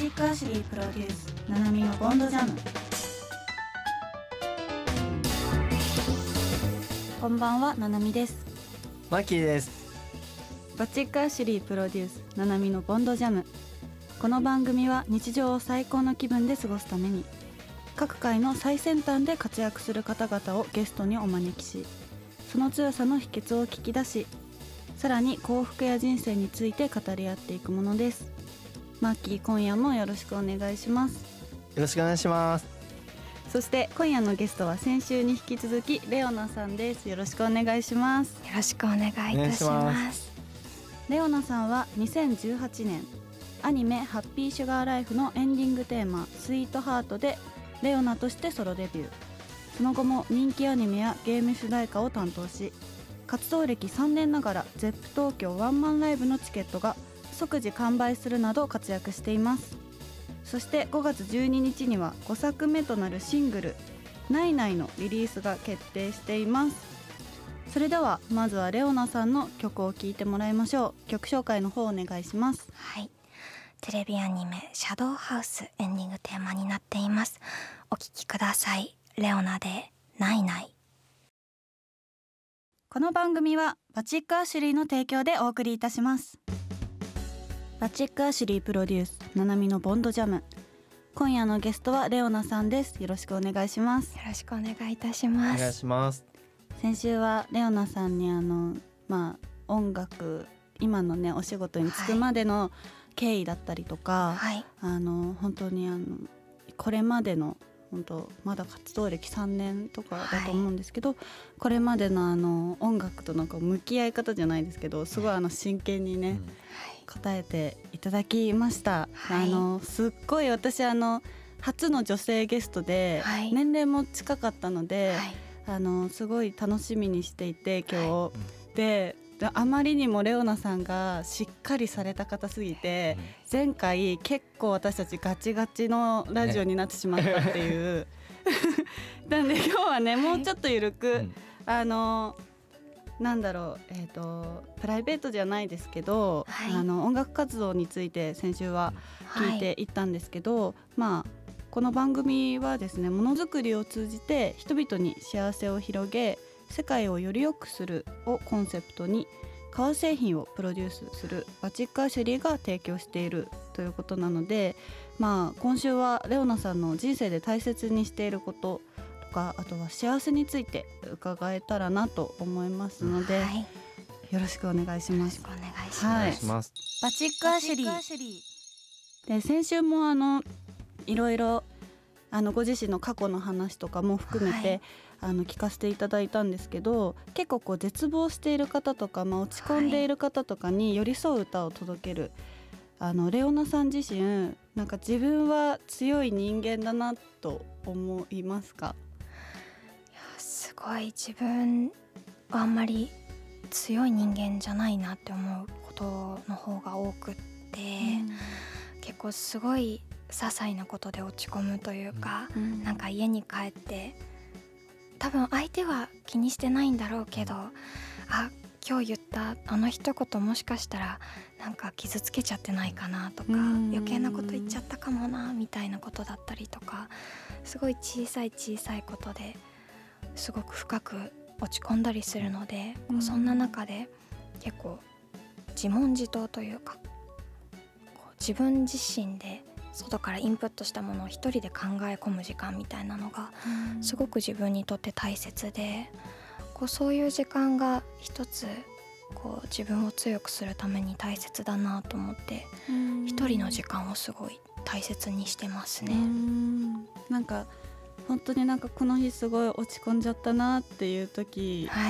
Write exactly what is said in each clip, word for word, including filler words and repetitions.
チックアシュリープロデュースナナミのボンドジャム。こんばんは、ナナミです。 マキです。 バチックアシュリープロデュースナナミのボンドジャム。この番組は日常を最高の気分で過ごすために各界の最先端で活躍する方々をゲストにお招きし、その強さの秘訣を聞き出し、さらに幸福や人生について語り合っていくものです。マッキー、今夜もよろしくお願いします。 よろしくお願いします。 そして今夜のゲストは先週に引き続きレオナさんです。よろしくお願いします。 よろしくお願いいたします。 レオナさんはにせんじゅうはちねんアニメハッピーシュガーライフのエンディングテーマスイートハートでレオナとしてソロデビュー。その後も人気アニメやゲーム主題歌を担当し、活動歴さんねんながら ゼップ 東京ワンマンライブのチケットが即時完売するなど活躍しています。そしてごがつじゅうににちにはごさくめとなるシングルナイナイのリリースが決定しています。それではまずはレオナさんの曲を聴いてもらいましょう。曲紹介の方お願いします。 はい、テレビアニメシャドウハウスエンディングテーマになっています。お聴きください。レオナでナイナイ。 この番組はバチックアシュリーの提供でお送りいたします。バチックアシュリープロデュースナナミのボンドジャム。今夜のゲストはレオナさんです。よろしくお願いします。 よろしくお願いいたします。 お願いします。 先週はレオナさんにあのまあ音楽今のねお仕事に就くまでの経緯だったりとか、 はい、 あの本当にあのこれまでの本当まだ活動歴さんねんとかだと思うんですけど、はい、これまでのあの音楽となんか向き合い方じゃないですけど、すごいあの真剣にね、うん、答えていただきました。はい、あのすっごい私あの初の女性ゲストで、はい、年齢も近かったので、はい、あのすごい楽しみにしていて今日、はい、であまりにもレオナさんがしっかりされた方すぎて、うん、前回結構私たちガチガチのラジオになってしまったっていう、ね、なんで今日はねもうちょっとゆるく、うん、あのなんだろう、えーと、プライベートじゃないですけど、はい、あの音楽活動について先週は聞いていったんですけど、はい、まあこの番組はですね、ものづくりを通じて人々に幸せを広げ世界をより良くするをコンセプトに革製品をプロデュースするバチックアシュリーが提供しているということなので、まあ今週はレオナさんの人生で大切にしていることとか、あとは幸せについて伺えたらなと思いますので、はい、よろしくお願いします。 よろしくお願いします。 はい、バチックアシュリーで先週もあのいろいろあのご自身の過去の話とかも含めて、はい、あの聞かせていただいたんですけど、結構こう絶望している方とか、まあ、落ち込んでいる方とかに寄り添う歌を届ける、はい、あのレオナさん自身なんか自分は強い人間だなと思いますか？ いやすごい自分はあんまり強い人間じゃないなって思うことの方が多くって、うん、結構すごい些細なことで落ち込むというか、うん、なんか家に帰って多分相手は気にしてないんだろうけど、あ今日言ったあの一言もしかしたらなんか傷つけちゃってないかなとか、余計なこと言っちゃったかもなみたいなことだったりとか、すごい小さい小さいことですごく深く落ち込んだりするので、うん、そんな中で結構自問自答というか、こう自分自身で外からインプットしたものを一人で考え込む時間みたいなのがすごく自分にとって大切で、こうそういう時間が一つこう自分を強くするために大切だなと思って、一人の時間をすごい大切にしてますね。 うん、なんか本当になんかこの日すごい落ち込んじゃったなっていう時に、はい、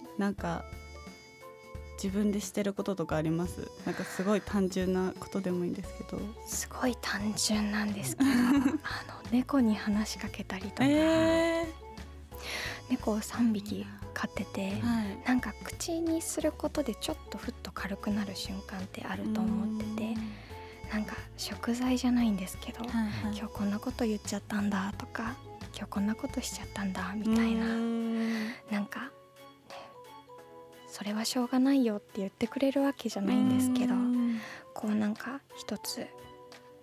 なんか自分でしてることとかあります？なんかすごい単純なことでもいいんですけど。 すごい単純なんですけどあの猫に話しかけたりとか、えー、猫をさんびき飼ってて、はい、なんか口にすることでちょっとふっと軽くなる瞬間ってあると思ってて、なんか食材じゃないんですけど、はいはい、今日こんなこと言っちゃったんだとか、今日こんなことしちゃったんだみたいな、なんかそれはしょうがないよって言ってくれるわけじゃないんですけど、こうなんか一つ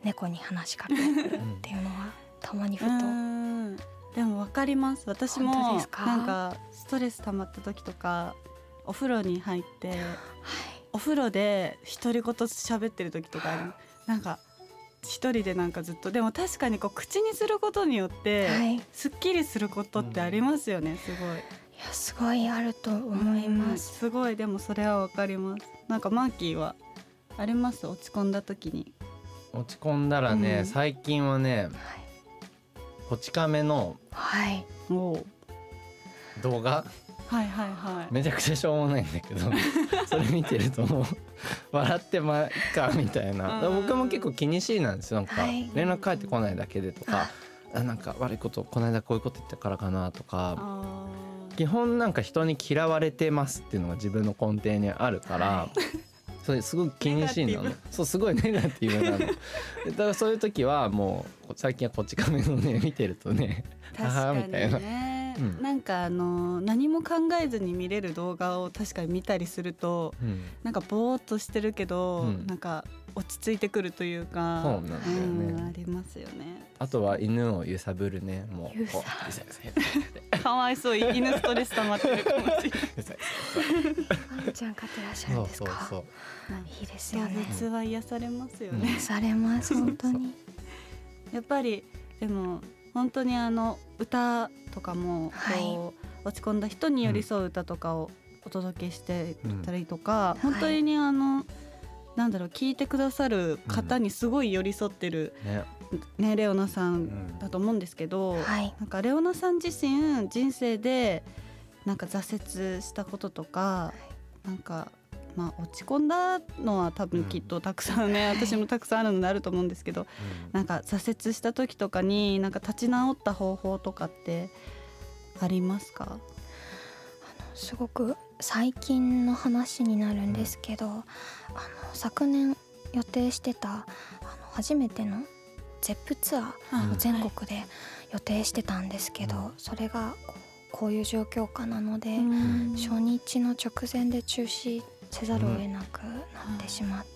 猫に話しかけてくるっていうのはたまにふと。 うんでも分かります。私も本当ですか？ なんかストレス溜まった時とかお風呂に入って、 はい、 お風呂で独り言喋ってる時とかあるなんか一人でなんかずっとでも確かにこう口にすることによってはい、いすっきりすることってありますよね。すごいやすごいあると思いまうんす。 すごいでもそれは分かります。なんかマーキーはあります？落ち込んだ時に。 落ち込んだらね、 うん最近はねこち亀のはい、 お動画はいはいはいめちゃくちゃしょうもないんだけどそれ見てるともう笑ってまいっかみたいな。 うん僕も結構気にしいなんですよ。なんかはい連絡返ってこないだけでとか、あなんか悪いことこの間こういうこと言ったからかなとか、 あー基本なんか人に嫌われてますっていうのが自分の根底にあるから、 はそれすごい気にしいなのネガティ。 そうすごいネガティブなの。だからそういう時はもう最近はこち亀のね見てるとね確かにははみたいな。 ね、 うんなんかあの何も考えずに見れる動画を確かに見たりするとうんなんかぼーっとしてるけど、 うんなんか落ち着いてくるというかそうなんだよねうんありますよね。 あとは犬を揺さぶるね。もう揺さぶるこう揺さぶるかわいそう犬ストレス溜まってるかもしれない。 揺さぶるワンちゃん飼ってらっしゃるんですか？ そうそうそう。 いいですよ動ね。 物は癒されますようんね。 されます本当に。 やっぱりでも本当にあの歌とかもはいこう、落ち込んだ人に寄り添う歌とかをお届けしてたりとか、 うん本当にあの、なんだろう聞いてくださる方にすごい寄り添ってる、 ね。 ねレオナさうんんだと思うんですけど、 はい、 なんかレオナさん自身人生でなんか挫折したこととか、なんかまあ落ち込んだのは多分きっとたくさんね、 はい私もたくさんあるのであると思うんですけど、なんか挫折した時とかになんか立ち直った方法とかってありますか？ すごく最近の話になるんですけど、あの昨年予定してたあの初めてのゼップツアーを全国で予定してたんですけど、 うんそれがこう、こういう状況下なので、 うん初日の直前で中止せざるを得なくなってしまって、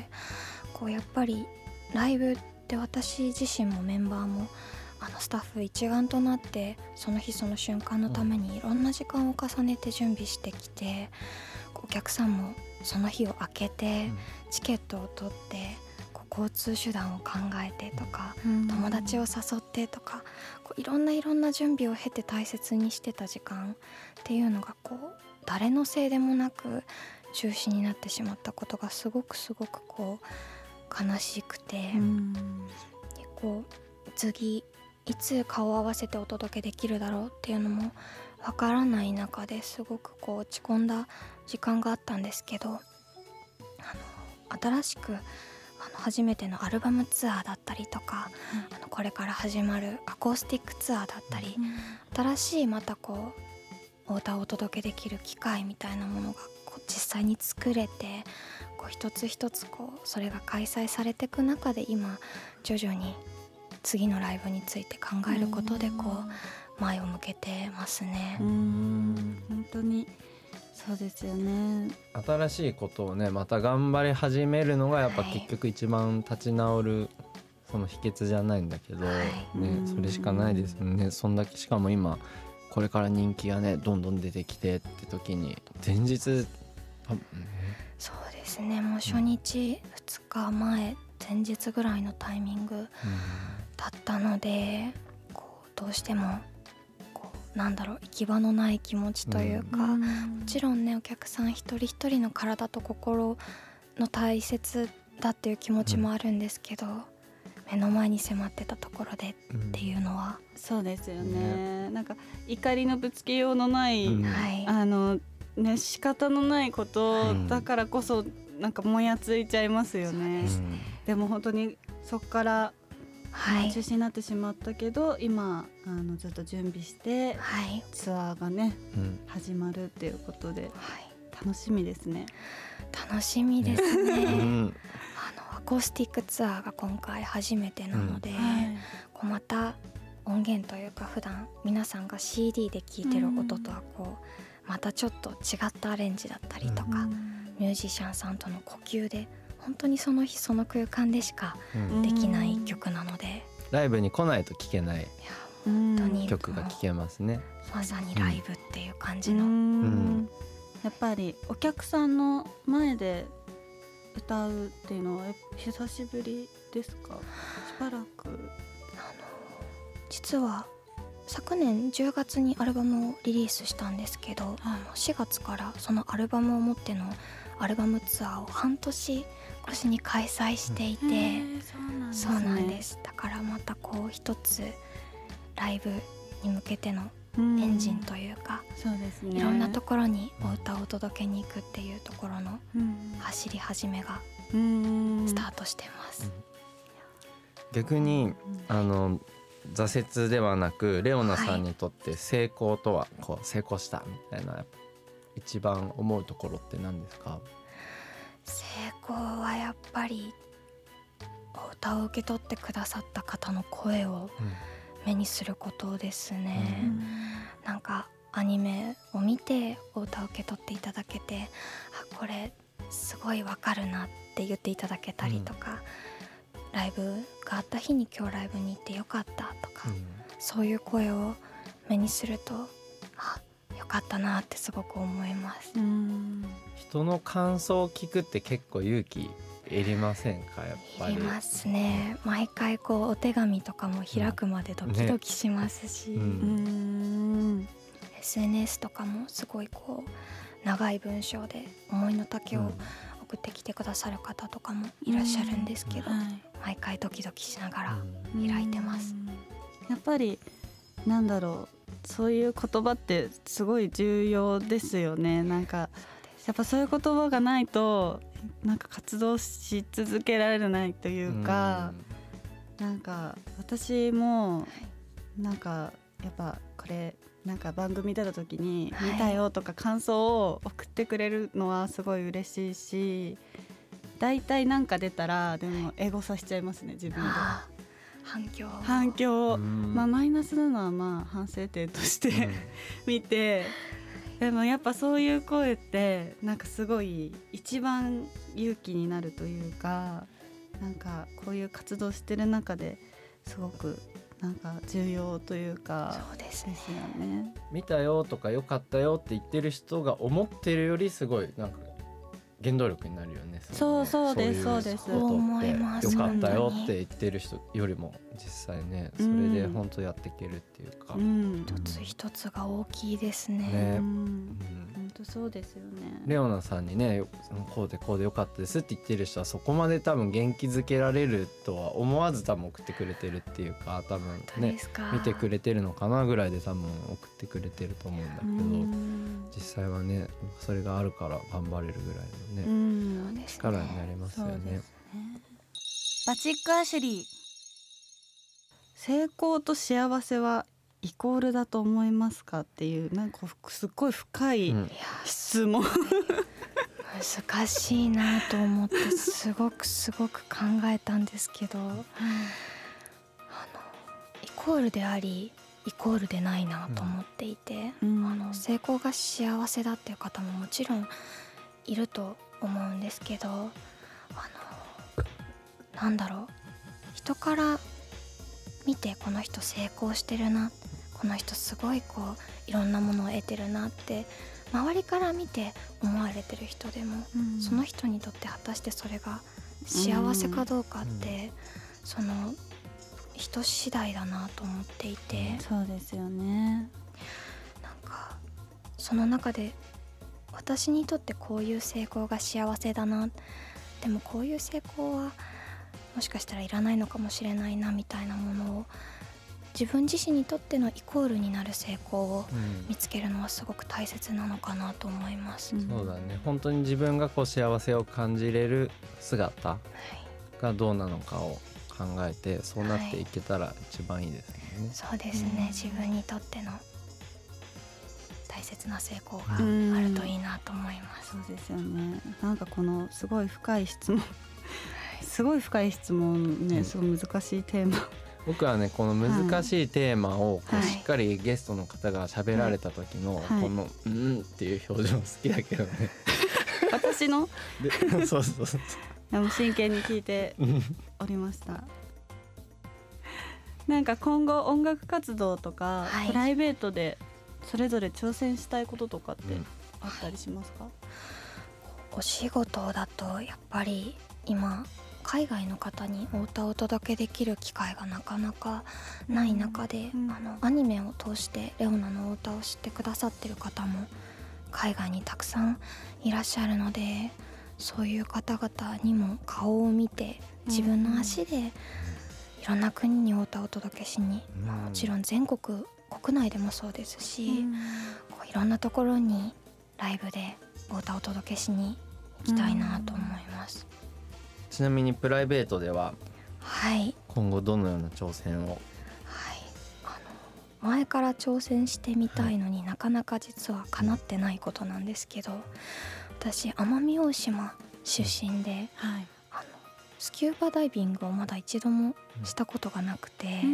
こうやっぱりライブって私自身もメンバーもあのスタッフ一丸となってその日その瞬間のためにいろんな時間を重ねて準備してきて、お客さんもその日を空けてチケットを取ってこう交通手段を考えてとか、友達を誘ってとか、こういろんないろんな準備を経て大切にしてた時間っていうのがこう誰のせいでもなく中止になってしまったことがすごくすごくこう悲しくて、 うんでこう次いつ顔を合わせてお届けできるだろうっていうのもわからない中ですごくこう落ち込んだ時間があったんですけど、あの新しくあの初めてのアルバムツアーだったりとか、あのこれから始まるアコースティックツアーだったり、新しいまたこうお歌をお届けできる機会みたいなものがこう実際に作れて、こう一つ一つこうそれが開催されていく中で今徐々に次のライブについて考えることでこう前を向けてますね。 うん本当にそうですよね。 新しいことをねまた頑張り始めるのがやっぱはい結局一番立ち直るその秘訣じゃないんだけど、 はいね、それしかないですよね。そんだけしかも今これから人気がねどんどん出てきてって時に前日多分ねそうですね、もう初日ふつかまえ前日ぐらいのタイミングだったので、こうどうしてもこうなんだろう行き場のない気持ちというか、もちろんねお客さん一人一人の体と心の大切だっていう気持ちもあるんですけど、目の前に迫ってたところでっていうのは、 そうですよね。なんか怒りのぶつけようのない、 うんはいあのね仕方のないことうんだからこそなんかもやついちゃいますよね。 うんでも本当にそこから、 はいまあ中止になってしまったけど今あのずっと準備してはいツアーがねうん始まるっていうことではい楽しみですね。 楽しみですね。 うんあのアコースティックツアーが今回初めてなので、 はいこうまた音源というか普段皆さんが シーディー で聴いてる音とはこうまたちょっと違ったアレンジだったりとか、ミュージシャンさんとの呼吸で本当にその日その空間でしかうんできない曲なので、 ライブに来ないと聴けないいや本当に曲が聴けますね。 まさにライブっていう感じうの、 んやっぱりお客さんの前で歌うっていうのは久しぶりですか？しばらく。 実は昨年じゅうがつにアルバムをリリースしたんですけど、あのしがつからそのアルバムを持ってのアルバムツアーを半年越しに開催していて、 へーそうなんですね。 そうなんです。だからまたこう一つライブに向けてのエうんンジンというか、 そうですね。 いろんなところにお歌を届けに行くっていうところのうん走り始めがうんスタートしてます。 逆にあの挫折ではなくレオナさんにとって成功とはこう成功したみたいな一番思うところって何ですか？ 成功はやっぱりお歌を受け取ってくださった方の声を目にすることですね。 うんなんかアニメを見てお歌を受け取っていただけて、あこれすごいわかるなって言っていただけたりとか、うん、ライブがあった日に今日ライブに行ってよかったとか、うん、そういう声を目にするとあよかったなってすごく思います。 うん、 人の感想を聞くって結構勇気いりませんか？やっぱりいりますね。毎回こうお手紙とかも開くまでドキドキしますし、 うんうんエスエヌエス とかもすごいこう長い文章で思いの丈を送ってきてくださる方とかもいらっしゃるんですけど、 うんはい、 毎回ドキドキしながら開いてます。 やっぱりなんだろう、そういう言葉ってすごい重要ですよね。なんかやっぱそういう言葉がないとなんか活動し続けられないというか、うん、なんか私もなんかやっぱこれなんか番組出た時に見たよとか感想を送ってくれるのはすごい嬉しいし、だいたいなんか出たらでもエゴさしちゃいますね、自分で。 反響反響、まあ、マイナスなのはまあ反省点として、うん、見て、でもやっぱそういう声ってなんかすごい一番勇気になるというか、なんかこういう活動してる中ですごくなんか重要というか、 そうですね、ですよね。 見たよとか良かったよって言ってる人が思ってるよりすごいなんか原動力になるよね。 そうそうですそうです。 そう思います。 良かったよって言ってる人よりも実際ね、それで本当やっていけるっていうか、 うん、 一つ一つが大きいですね。 ね、 うん、本当そうですよね。 レオナさんにね、こうでこうで良かったですって言ってる人はそこまで多分元気づけられるとは思わず多分送ってくれてるっていうか、多分ね見てくれてるのかなぐらいで多分送ってくれてると思うんだけど、うん、実際はねそれがあるから頑張れるぐらいのね、うん、力になりますよね。 ね、バチックアシュリー、成功と幸せはイコールだと思いますかっていう、なんかすっごい深い質問、うん、 難しいなと思ってすごくすごく考えたんですけど、うん、あのイコールでありイコールでないなと思っていて、うん、あの成功が幸せだっていう方ももちろんいると思うんですけど、あのなんだろう、人から見てこの人成功してるな、この人すごいこういろんなものを得てるなって周りから見て思われてる人でも、うん、その人にとって果たしてそれが幸せかどうかって、うん、その人次第だなと思っていて、 そうですよね。 なんかその中で私にとってこういう成功が幸せだな、でもこういう成功はもしかしたらいらないのかもしれないなみたいなものを自分自身にとってのイコールになる成功を見つけるのはすごく大切なのかなと思います、うん、 そうだね。本当に自分がこう幸せを感じれる姿がどうなのかを考えて、そうなっていけたら一番いいですよね、はい、 そうですね、うん、自分にとっての大切な成功があるといいなと思います、 うん、そうですよね。なんかこのすごい深い質問すごい深い質問ね、すごい難しいテーマ、 僕はねこの難しいテーマをこうしっかりゲストの方が喋られた時のこの「うん」っていう表情好きだけどね私のでそうそうそうでも真剣に聞いておりましたなんか今後音楽活動とか、はい、プライベートでそれぞれ挑戦したいこととかってあったりしますか？ うん、お仕事だとやっぱり今海外の方にお歌をお届けできる機会がなかなかない中で、うんうん、あのアニメを通してレオナのお歌を知ってくださってる方も海外にたくさんいらっしゃるので、そういう方々にも顔を見て自分の足でいろんな国にお歌をお届けしに、うん、もちろん全国国内でもそうですし、うん、こういろんなところにライブでお歌をお届けしに行きたいなと思います。うん、 ちなみにプライベートでは、 はい、 今後どのような挑戦を？ はい、あの前から挑戦してみたいのに、はい、なかなか実は叶ってないことなんですけど、私奄美大島出身で、はい、あのスキューバダイビングをまだ一度もしたことがなくて、うん、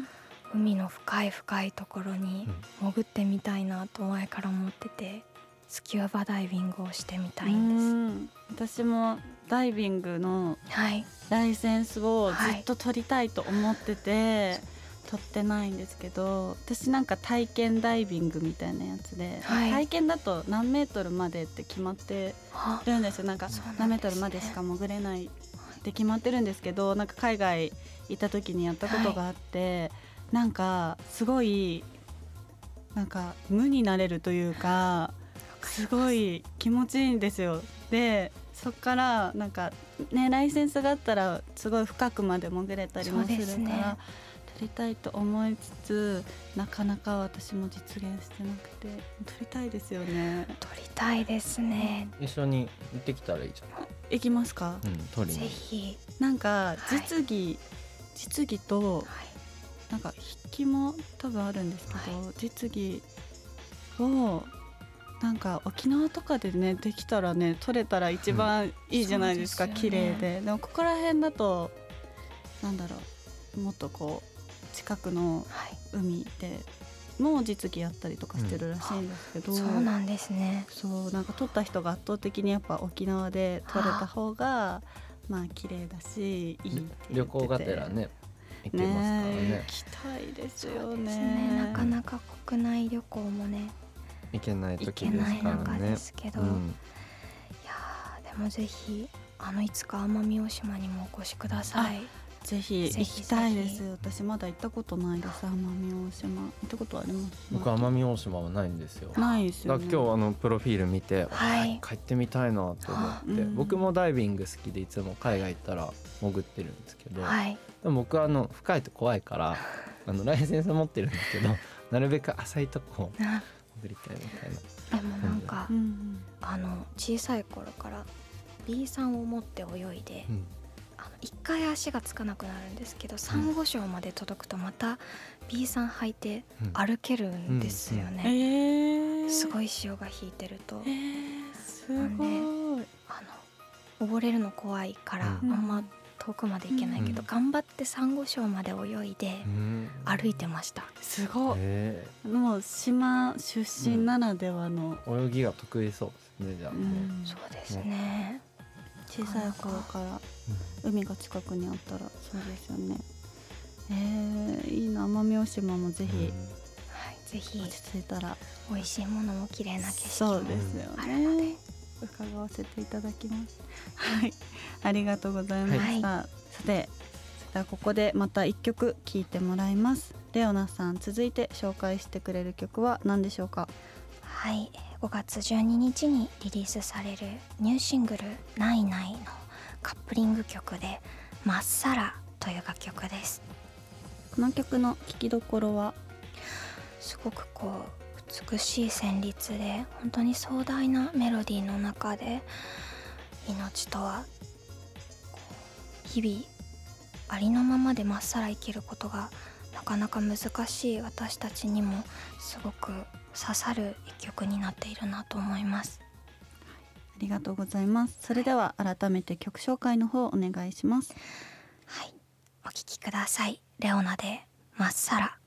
海の深い深いところに潜ってみたいなと前から思ってて、スキューバダイビングをしてみたいんです。私もダイビングのライセンスをずっと取りたいと思ってて、はい、取ってないんですけど、私なんか体験ダイビングみたいなやつで、はい、体験だと何メートルまでって決まってるんですよ。なんか何メートルまでしか潜れないって決まってるんですけど、なんか海外行った時にやったことがあって、はい、なんかすごいなんか無になれるというか、すごい気持ちいいんですよ。でそっからなんかね、ライセンスがあったらすごい深くまで潜れたりもするから、ね、撮りたいと思いつつ、なかなか私も実現してなくて、撮りたいですよね。 撮りたいですね。 一緒に行ってきたらいいじゃん。 行きますか？ うん、撮りに。 ぜひ。 なんか実技、はい、実技と、はい、なんか筆記も多分あるんですけど、はい、実技をなんか沖縄とかでねできたらね、撮れたら一番いいじゃないですか、うん、綺麗で。でもここら辺だとなんだろう、もっとこう近くの海でもう実技やったりとかしてるらしいんですけど、 うん、そうなんですね。 そうなんか撮った人が圧倒的にやっぱ沖縄で撮れた方がまあ綺麗だしいいって言ってて、 旅行がてらね行けますからね。 ね、行きたいですよね。 そうですね、なかなか国内旅行もね行けない時ですからね。 行けない中ですけど、うん、いやでもぜひあのいつか奄美大島にもお越しください。 ぜひ行きたいです。私まだ行ったことないです。奄美大島行ったことあります？ 僕奄美大島はないんですよ。 ないですよね。 だから今日あのプロフィール見て、はい、帰ってみたいなと思って、うん、僕もダイビング好きでいつも海外行ったら潜ってるんですけど、はい、でも僕はあの深いと怖いからあのライセンス持ってるんですけどなるべく浅いとこ潜りたいみたいな。でもなんか、うん、あの小さい頃から ビーさんを持って泳いで、うん、あの一回足がつかなくなるんですけど、サンゴ礁まで届くとまた ビーさん履いて歩けるんですよね、うんうんうんえー、すごい潮が引いてると、えー、すごい、 あの溺れるの怖いから、うん、あんま遠くまで行けないけど、うん、頑張ってサンゴ礁まで泳いで歩いてました、 うん、すごい、えー、もう島出身ならではの、 うん、泳ぎが得意そうですね。じゃあ、うん、 そうですね、 小さい頃から海が近くにあったらそうですよね。えー、いいな。奄美大島もぜひ、うん、はい、ぜひ落ち着いたら美味しいものも綺麗な景色もあるので、そうですよね、 伺わせていただきます。はい、ありがとうございました、はい、さて、それではここでまた一曲聴いてもらいます。レオナさん、続いて紹介してくれる曲は何でしょうか？ はい、ごがつじゅうににちにリリースされるニューシングル「ないない」のカップリング曲で「まっさら」という楽曲です。 この曲の聴きどころは？ すごくこう美しい旋律で、本当に壮大なメロディーの中で、命とは日々ありのままでまっさら生きることがなかなか難しい私たちにもすごく刺さる一曲になっているなと思います。 ありがとうございます。それでは改めて曲紹介の方お願いします。 はい、お聴きください。レオナでまっさら。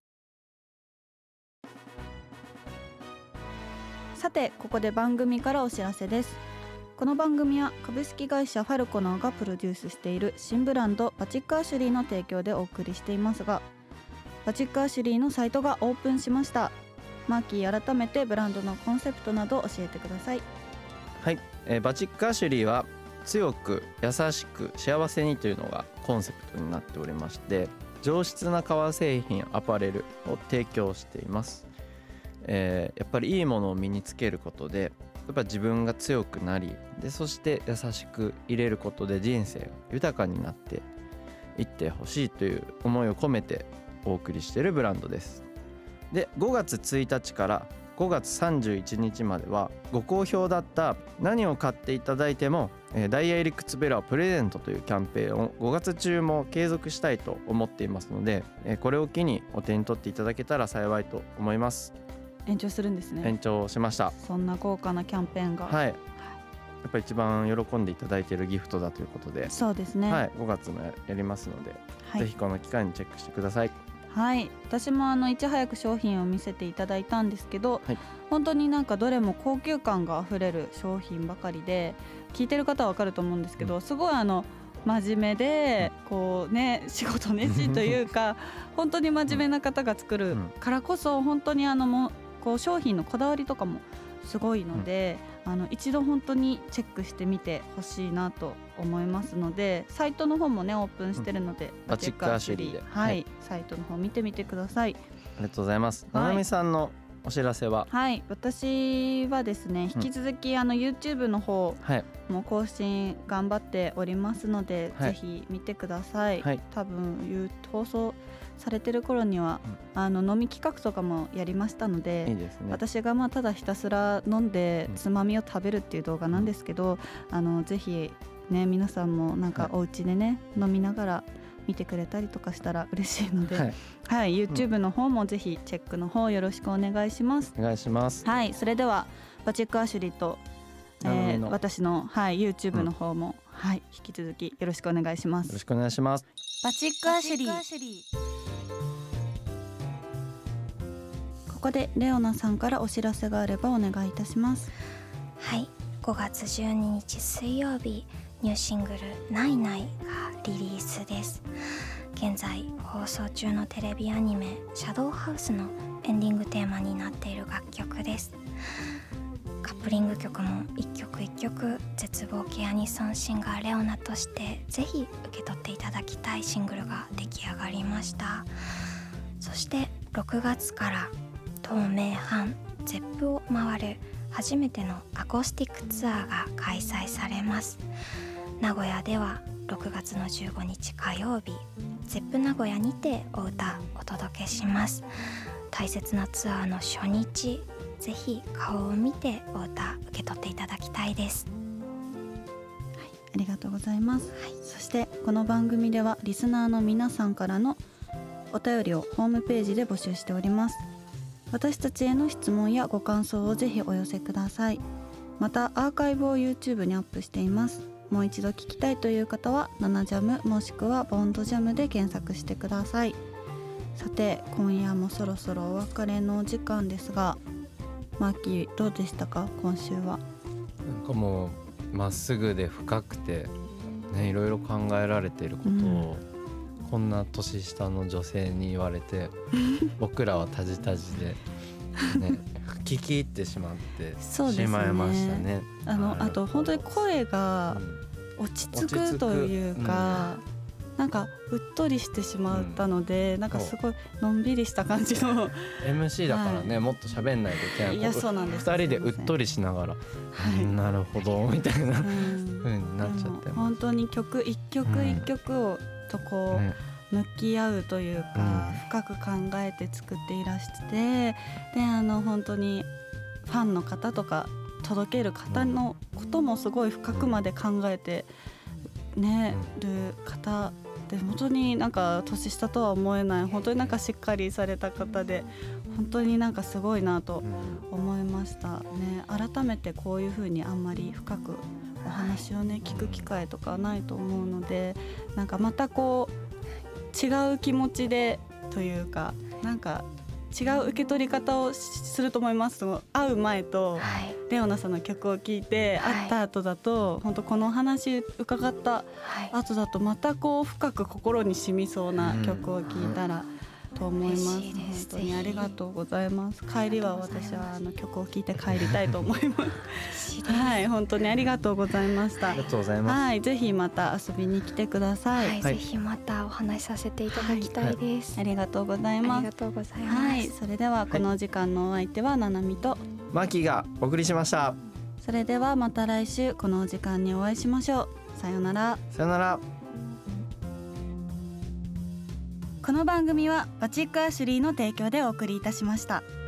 さて、ここで番組からお知らせです。 この番組は株式会社ファルコナーがプロデュースしている新ブランドバチックアシュリーの提供でお送りしていますが、バチックアシュリーのサイトがオープンしました。マーキー、改めてブランドのコンセプトなど教えてください。 はい、えー、バチックアシュリーは強く優しく幸せにというのがコンセプトになっておりまして、上質な革製品アパレルを提供しています。えー、やっぱりいいものを身につけることでやっぱ自分が強くなり、でそして優しく入れることで人生が豊かになっていってほしいという思いを込めてお送りしているブランドです。でごがつついたちからごがつさんじゅういちにちまではご好評だった何を買っていただいても、えー、ダイヤ入り靴べらをプレゼントというキャンペーンをごがつ中も継続したいと思っていますので、えー、これを機にお手に取っていただけたら幸いと思います。 延長するんですね。 延長しました。 そんな豪華なキャンペーンが、 はい、やっぱり一番喜んでいただいているギフトだということで、 そうですね、 はい、ごがつもやりますので、はい、ぜひこの機会にチェックしてください。 はい、私もあのいち早く商品を見せていただいたんですけど、はい、本当になんかどれも高級感があふれる商品ばかりで、聞いてる方は分かると思うんですけど、うん、すごいあの真面目でこうね仕事熱心というか本当に真面目な方が作るからこそ、本当にあのもこう商品のこだわりとかもすごいので、うん、あの一度本当にチェックしてみてほしいなと思いますので、サイトの方もねオープンしてるので、うん、 バチックアシュリーで、 はいはい、サイトの方見てみてください。 ありがとうございます。ななみさんのお知らせは？ はい、私はですね引き続き、うん、あの YouTube の方も更新頑張っておりますので、はい、ぜひ見てください、はい、多分放送されてる頃には、うん、あの飲み企画とかもやりましたので、いいですね、私がまあただひたすら飲んでつまみを食べるっていう動画なんですけど、うん、あのぜひね皆さんもなんかお家でね、はい、飲みながら見てくれたりとかしたら嬉しいので、はい、はい、YouTube の方もぜひチェックの方よろしくお願いします。 お願いします。 はい、それではバチックアシュリーと、えー、私の、はい、YouTube の方も、うん、はい、引き続きよろしくお願いします。 よろしくお願いします。 バチックアシュリー。ここでレオナさんからお知らせがあればお願いいたします。 はい、ごがつじゅうににち水曜日、ニューシングルナイナイがリリースです。現在放送中のテレビアニメシャドウハウスのエンディングテーマになっている楽曲です。カップリング曲も一曲一曲絶望系アニソンシンガーレオナとしてぜひ受け取っていただきたいシングルが出来上がりました。そしてろくがつから東名阪ゼップを回る初めてのアコースティックツアーが開催されます。名古屋ではろくがつのじゅうごにち火曜日、ゼップ名古屋にてお歌お届けします。大切なツアーの初日、ぜひ顔を見てお歌受け取っていただきたいです。 はい、ありがとうございます、はい、そしてこの番組ではリスナーの皆さんからのお便りをホームページで募集しております。私たちへの質問やご感想をぜひお寄せください。またアーカイブを YouTube にアップしています。もう一度聞きたいという方はナナジャムもしくはボンドジャムで検索してください。さて今夜もそろそろお別れのお時間ですが、マーキーどうでしたか今週は？ なんかもうまっすぐで深くて、ね、いろいろ考えられていることを、うん、こんな年下の女性に言われて僕らはタジタジで、ね、聞き入ってしまってしまいましたね。 あのあと本当に声が落ち着くというか、うん、なんかうっとりしてしまったので、うん、なんかすごいのんびりした感じのエムシー だからね、はい、もっと喋んないといけない。 いやそうなんです。 ふたりでうっとりしながら、はい、なるほどみたいな風になっちゃって、 本当に曲一曲一曲をとこう、ね、向き合うというか、うん、深く考えて作っていらしてで、あの本当にファンの方とか届ける方のこともすごい深くまで考えて、ね、うん、る方で、本当になんか年下とは思えない本当になんかしっかりされた方で、本当になんかすごいなと思いましたね。改めてこういう風にあんまり深くお話をね聞く機会とかないと思うので、なんかまたこう違う気持ちでというか、なんか違う受け取り方をすると思います。その会う前と、はい、レオナさんの曲を聴いて、はい、会った後だと本当この話伺った後だとまたこう深く心に染みそうな曲を聴いたら、うんと思います。本当にありがとうございます。帰りは私はあの曲を聴いて帰りたいと思います。はい、本当にありがとうございました。 ありがとうございます。 はい、ぜひまた遊びに来てください。 はい、ぜひまたお話しさせていただきたいです。 はい、ありがとうございます。 ありがとうございます。 はい、それではこの時間のお相手はななみとマキがお送りしました。 それではまた来週この時間にお会いしましょう。さようなら。 さようなら。 この番組はバチックアシュリーの提供でお送りいたしました。